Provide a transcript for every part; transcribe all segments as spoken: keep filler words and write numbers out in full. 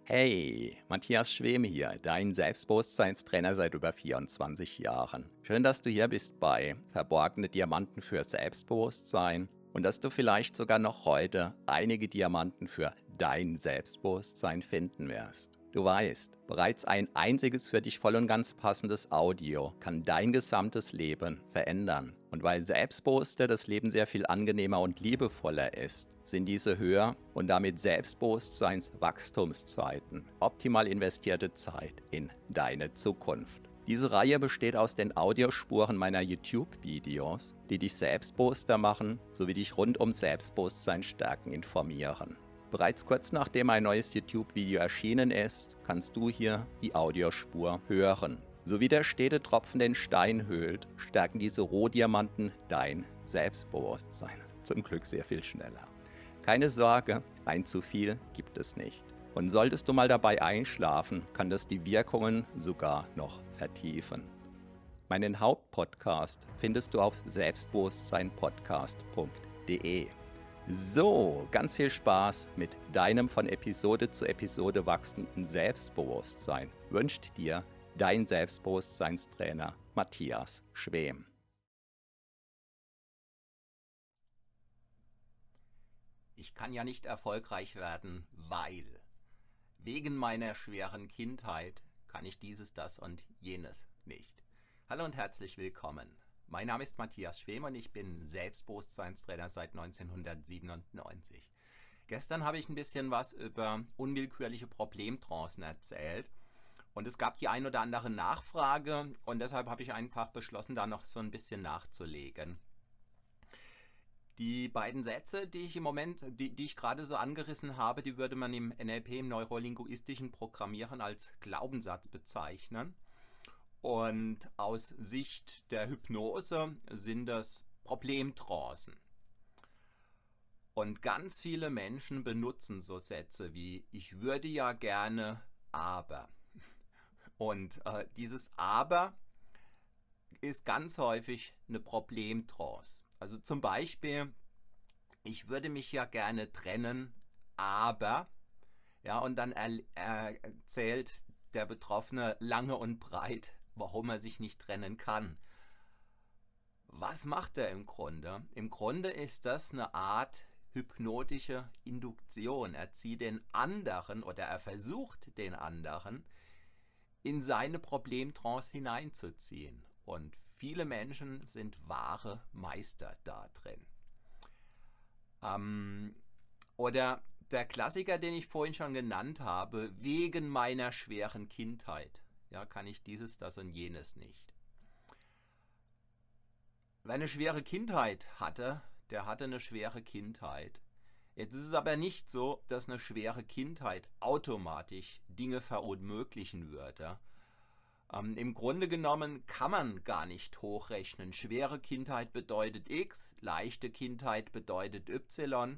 Hey, Matthias Schwem hier, dein Selbstbewusstseinstrainer seit über vierundzwanzig Jahren. Schön, dass du hier bist bei Verborgene Diamanten für Selbstbewusstsein und dass du vielleicht sogar noch heute einige Diamanten für dein Selbstbewusstsein finden wirst. Du weißt, bereits ein einziges für dich voll und ganz passendes Audio kann dein gesamtes Leben verändern. Und weil Selbstbewusster das Leben sehr viel angenehmer und liebevoller ist, sind diese Höher- und damit Selbstbewusstseinswachstumszeiten optimal investierte Zeit in deine Zukunft. Diese Reihe besteht aus den Audiospuren meiner YouTube-Videos, die dich selbstbewusster machen, sowie dich rund um Selbstbewusstsein stärken informieren. Bereits kurz nachdem ein neues YouTube-Video erschienen ist, kannst du hier die Audiospur hören. So wie der stete Tropfen den Stein höhlt, stärken diese Rohdiamanten dein Selbstbewusstsein. Zum Glück sehr viel schneller. Keine Sorge, ein zu viel gibt es nicht. Und solltest du mal dabei einschlafen, kann das die Wirkungen sogar noch vertiefen. Meinen Hauptpodcast findest du auf selbstbewusstsein podcast punkt de. So, ganz viel Spaß mit deinem von Episode zu Episode wachsenden Selbstbewusstsein wünscht dir dein Selbstbewusstseinstrainer Matthias Schwem. Ich kann ja nicht erfolgreich werden, weil wegen meiner schweren Kindheit kann ich dieses, das und jenes nicht. Hallo und herzlich willkommen. Mein Name ist Matthias Schwem und ich bin Selbstbewusstseinstrainer seit neunzehnhundertsiebenundneunzig. Gestern habe ich ein bisschen was über unwillkürliche Problemtrancen erzählt und es gab die ein oder andere Nachfrage und deshalb habe ich einfach beschlossen, da noch so ein bisschen nachzulegen. Die beiden Sätze, die ich im Moment, die, die ich gerade so angerissen habe, die würde man im N L P, im neurolinguistischen Programmieren, als Glaubenssatz bezeichnen. Und aus Sicht der Hypnose sind das Problemtrancen. Und ganz viele Menschen benutzen so Sätze wie ich würde ja gerne, aber. Und äh, dieses aber ist ganz häufig eine Problemtrance. Also zum Beispiel, ich würde mich ja gerne trennen, aber, ja, und dann er, er erzählt der Betroffene lange und breit, warum er sich nicht trennen kann. Was macht er im Grunde? Im Grunde ist das eine Art hypnotische Induktion. Er zieht den anderen oder er versucht den anderen in seine Problemtrance hineinzuziehen. Und viele Menschen sind wahre Meister da drin. Ähm, oder der Klassiker, den ich vorhin schon genannt habe, wegen meiner schweren Kindheit. Ja, kann ich dieses, das und jenes nicht. Wer eine schwere Kindheit hatte, der hatte eine schwere Kindheit. Jetzt ist es aber nicht so, dass eine schwere Kindheit automatisch Dinge verunmöglichen würde. Ähm, Im Grunde genommen kann man gar nicht hochrechnen. Schwere Kindheit bedeutet X, leichte Kindheit bedeutet Y.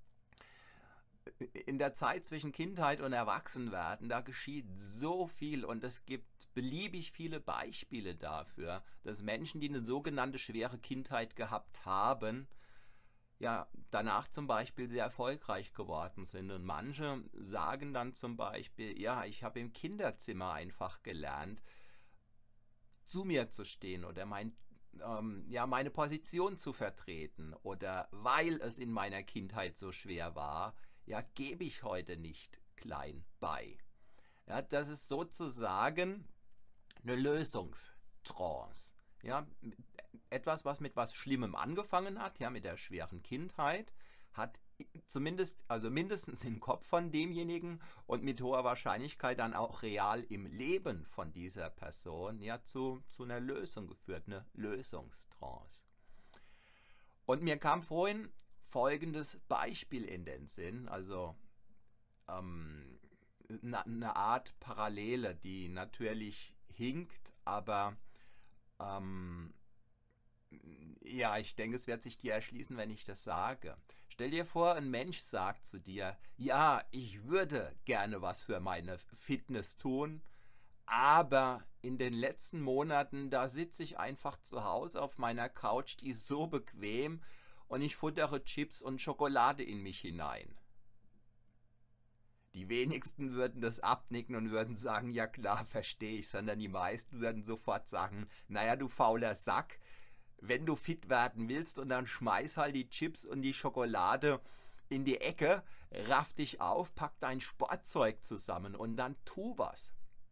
In der Zeit zwischen Kindheit und Erwachsenwerden, da geschieht so viel und es gibt beliebig viele Beispiele dafür, dass Menschen, die eine sogenannte schwere Kindheit gehabt haben, ja, danach zum Beispiel sehr erfolgreich geworden sind. Und manche sagen dann zum Beispiel, ja, ich habe im Kinderzimmer einfach gelernt, zu mir zu stehen oder mein, ähm, ja, meine Position zu vertreten. Oder weil es in meiner Kindheit so schwer war, ja, gebe ich heute nicht klein bei. Ja, das ist sozusagen eine Lösungstrance. Ja, etwas, was mit was Schlimmem angefangen hat, ja, mit der schweren Kindheit, hat zumindest, also mindestens im Kopf von demjenigen und mit hoher Wahrscheinlichkeit dann auch real im Leben von dieser Person, ja, zu, zu einer Lösung geführt, eine Lösungstrance. Und mir kam vorhin folgendes Beispiel in den Sinn, also ähm, eine Art Parallele, die natürlich hinkt, aber ähm, ja, ich denke, es wird sich dir erschließen, wenn ich das sage. Stell dir vor, ein Mensch sagt zu dir, ja, ich würde gerne was für meine Fitness tun, aber in den letzten Monaten, da sitze ich einfach zu Hause auf meiner Couch, die ist so bequem und ich futtere Chips und Schokolade in mich hinein. Die die wenigsten würden das abnicken und würden sagen, ja klar, verstehe ich, sondern die meisten würden sofort sagen, naja, du fauler Sack, wenn du fit werden willst und dann schmeiß halt die Chips und die Schokolade in die Ecke, raff dich auf, pack dein Sportzeug zusammen und dann tu was.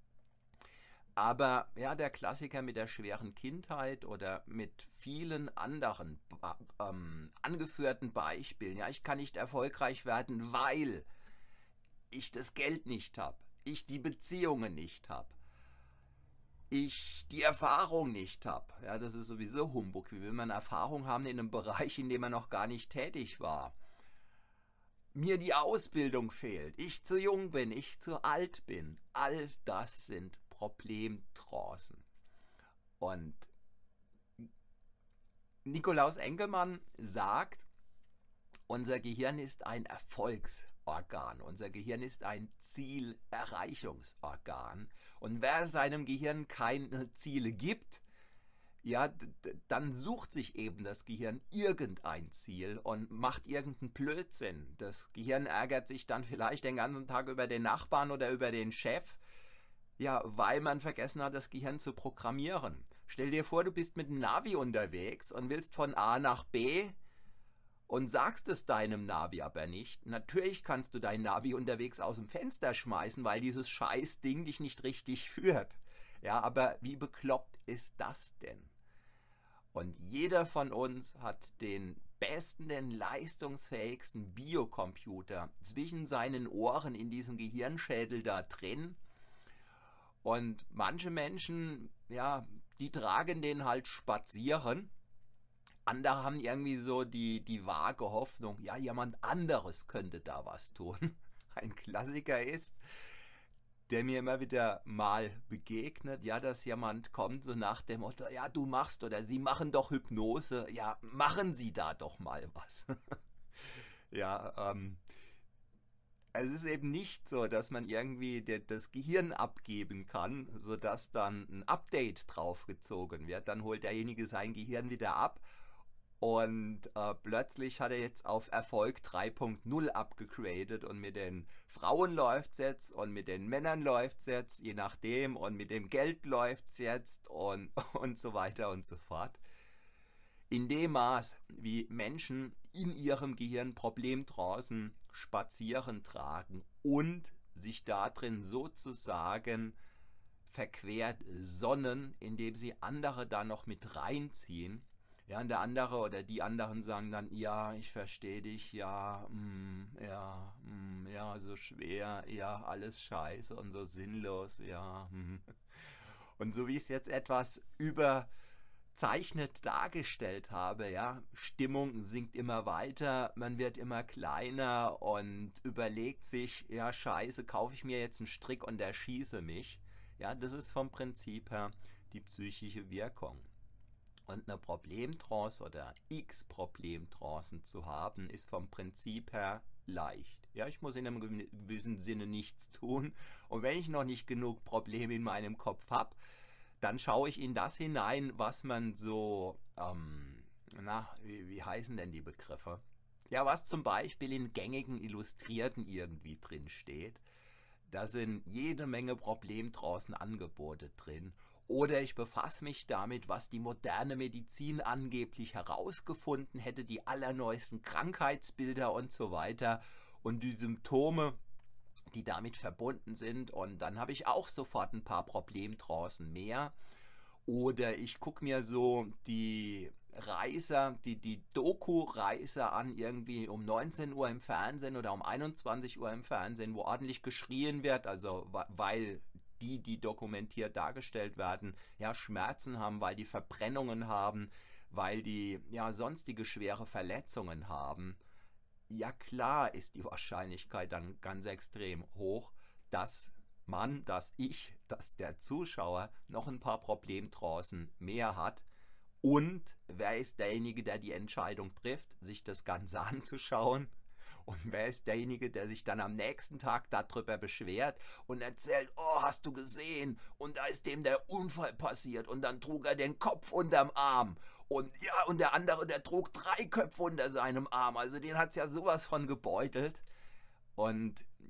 Aber ja, der Klassiker mit der schweren Kindheit oder mit vielen anderen ähm, angeführten Beispielen, ja, ich kann nicht erfolgreich werden, weil ich das Geld nicht habe, ich die Beziehungen nicht habe, ich die Erfahrung nicht habe. Ja, das ist sowieso Humbug. Wie will man Erfahrung haben in einem Bereich, in dem man noch gar nicht tätig war? Mir die Ausbildung fehlt, ich zu jung bin, ich zu alt bin. All das sind Problemtrancen. Und Nikolaus Engelmann sagt, unser Gehirn ist ein Erfolgsorgan, unser Gehirn ist ein Zielerreichungsorgan. Und wer seinem Gehirn keine Ziele gibt, ja, dann sucht sich eben das Gehirn irgendein Ziel und macht irgendeinen Blödsinn. Das Gehirn ärgert sich dann vielleicht den ganzen Tag über den Nachbarn oder über den Chef, ja, weil man vergessen hat, das Gehirn zu programmieren. Stell dir vor, du bist mit dem Navi unterwegs und willst von A nach B und sagst es deinem Navi aber nicht. Natürlich kannst du dein Navi unterwegs aus dem Fenster schmeißen, weil dieses Scheißding dich nicht richtig führt. Ja, aber wie bekloppt ist das denn? Und jeder von uns hat den besten, den leistungsfähigsten Biocomputer zwischen seinen Ohren in diesem Gehirnschädel da drin. Und manche Menschen, ja, die tragen den halt spazieren. Andere haben irgendwie so die, die vage Hoffnung, ja, jemand anderes könnte da was tun. Ein Klassiker ist, der mir immer wieder mal begegnet, ja, dass jemand kommt so nach dem Motto, ja, du machst oder sie machen doch Hypnose, ja, machen sie da doch mal was. ja, ähm, es ist eben nicht so, dass man irgendwie das Gehirn abgeben kann, sodass dann ein Update draufgezogen wird. Dann holt derjenige sein Gehirn wieder ab und äh, plötzlich hat er jetzt auf Erfolg drei Punkt null abgegradet und mit den Frauen läuft es jetzt und mit den Männern läuft es jetzt, je nachdem, und mit dem Geld läuft es jetzt und, und so weiter und so fort. In dem Maß, wie Menschen in ihrem Gehirn Problemtrancen spazieren tragen und sich darin sozusagen verquert sonnen, indem sie andere da noch mit reinziehen. Ja, und der andere oder die anderen sagen dann, ja, ich verstehe dich, ja, mm, ja, mm, ja, so schwer, ja, alles scheiße und so sinnlos, ja. Mm. Und so wie ich es jetzt etwas überzeichnet dargestellt habe, ja, Stimmung sinkt immer weiter, man wird immer kleiner und überlegt sich, ja, scheiße, kaufe ich mir jetzt einen Strick und erschieße mich. Ja, das ist vom Prinzip her die psychische Wirkung. Und eine Problemtrance oder x Problemtrancen zu haben, ist vom Prinzip her leicht. Ja, ich muss in einem gewissen Sinne nichts tun. Und wenn ich noch nicht genug Probleme in meinem Kopf habe, dann schaue ich in das hinein, was man so, ähm, na, wie, wie heißen denn die Begriffe? Ja, was zum Beispiel in gängigen Illustrierten irgendwie drin steht. Da sind jede Menge Problemtrancen-Angebote drin. Oder ich befasse mich damit, was die moderne Medizin angeblich herausgefunden hätte, die allerneuesten Krankheitsbilder und so weiter und die Symptome, die damit verbunden sind. Und dann habe ich auch sofort ein paar Problemtrancen mehr. Oder ich gucke mir so die Reiser, die, die Doku-Reiser an, irgendwie um neunzehn Uhr im Fernsehen oder um einundzwanzig Uhr im Fernsehen, wo ordentlich geschrien wird, also weil die, die dokumentiert dargestellt werden, ja, Schmerzen haben, weil die Verbrennungen haben, weil die ja sonstige schwere Verletzungen haben. Ja, klar ist die Wahrscheinlichkeit dann ganz extrem hoch, dass man, dass ich, dass der Zuschauer noch ein paar Problemtrancen mehr hat. Und wer ist derjenige, der die Entscheidung trifft, sich das Ganze anzuschauen? Und wer ist derjenige, der sich dann am nächsten Tag darüber beschwert und erzählt, oh, hast du gesehen? Und da ist dem der Unfall passiert und dann trug er den Kopf unterm Arm. Und ja, und der andere, der trug drei Köpfe unter seinem Arm. Also den hat es ja sowas von gebeutelt. Und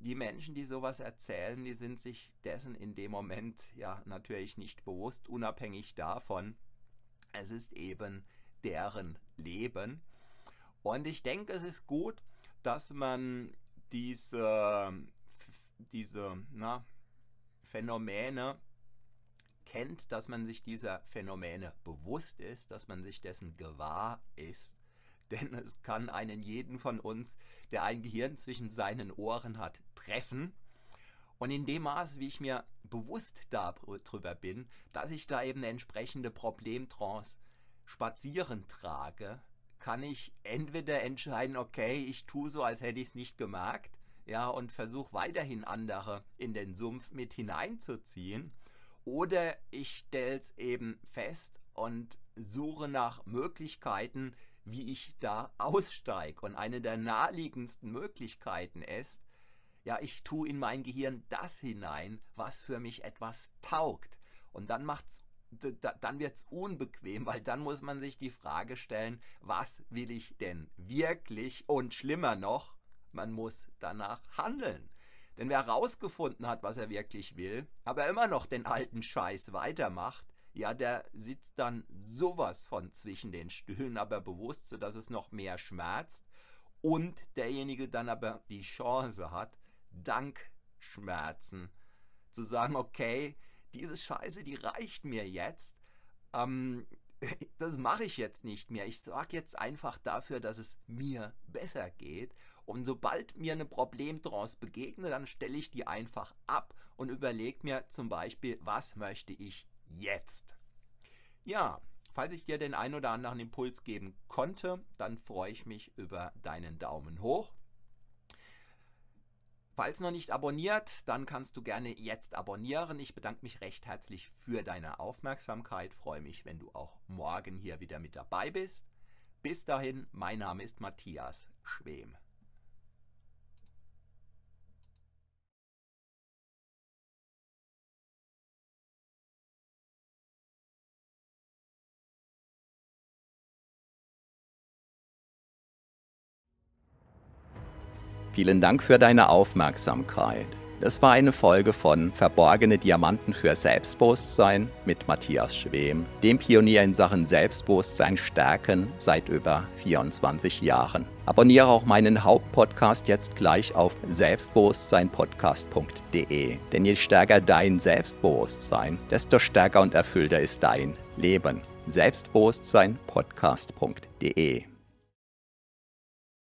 die Menschen, die sowas erzählen, die sind sich dessen in dem Moment ja natürlich nicht bewusst, unabhängig davon. Es ist eben deren Leben. Und ich denke, es ist gut, dass man diese, diese na, Phänomene kennt, dass man sich dieser Phänomene bewusst ist, dass man sich dessen gewahr ist. Denn es kann einen jeden von uns, der ein Gehirn zwischen seinen Ohren hat, treffen. Und in dem Maß, wie ich mir bewusst darüber bin, dass ich da eben eine entsprechende Problemtrance spazieren trage, kann ich entweder entscheiden, okay, ich tue so, als hätte ich es nicht gemerkt, ja, und versuche weiterhin andere in den Sumpf mit hineinzuziehen, oder ich stelle es eben fest und suche nach Möglichkeiten, wie ich da aussteige. Und eine der naheliegendsten Möglichkeiten ist, ja, ich tue in mein Gehirn das hinein, was für mich etwas taugt. Und dann macht's, dann wird es unbequem, weil dann muss man sich die Frage stellen, was will ich denn wirklich? Und schlimmer noch, man muss danach handeln. Denn wer herausgefunden hat, was er wirklich will, aber immer noch den alten Scheiß weitermacht, ja, der sitzt dann sowas von zwischen den Stühlen, aber bewusst, sodass es noch mehr schmerzt und derjenige dann aber die Chance hat, dank Schmerzen zu sagen, okay, diese Scheiße, die reicht mir jetzt, ähm, das mache ich jetzt nicht mehr. Ich sorge jetzt einfach dafür, dass es mir besser geht. Und sobald mir eine Problemtrance begegnet, dann stelle ich die einfach ab und überlege mir zum Beispiel, was möchte ich jetzt? Ja, falls ich dir den ein oder anderen Impuls geben konnte, dann freue ich mich über deinen Daumen hoch. Falls noch nicht abonniert, dann kannst du gerne jetzt abonnieren. Ich bedanke mich recht herzlich für deine Aufmerksamkeit. Freue mich, wenn du auch morgen hier wieder mit dabei bist. Bis dahin, mein Name ist Matthias Schwem. Vielen Dank für deine Aufmerksamkeit. Das war eine Folge von Verborgene Diamanten für Selbstbewusstsein mit Matthias Schwem, dem Pionier in Sachen Selbstbewusstsein stärken seit über vierundzwanzig Jahren. Abonniere auch meinen Hauptpodcast jetzt gleich auf selbstbewusstsein podcast punkt de. Denn je stärker dein Selbstbewusstsein, desto stärker und erfüllter ist dein Leben. selbstbewusstsein podcast punkt de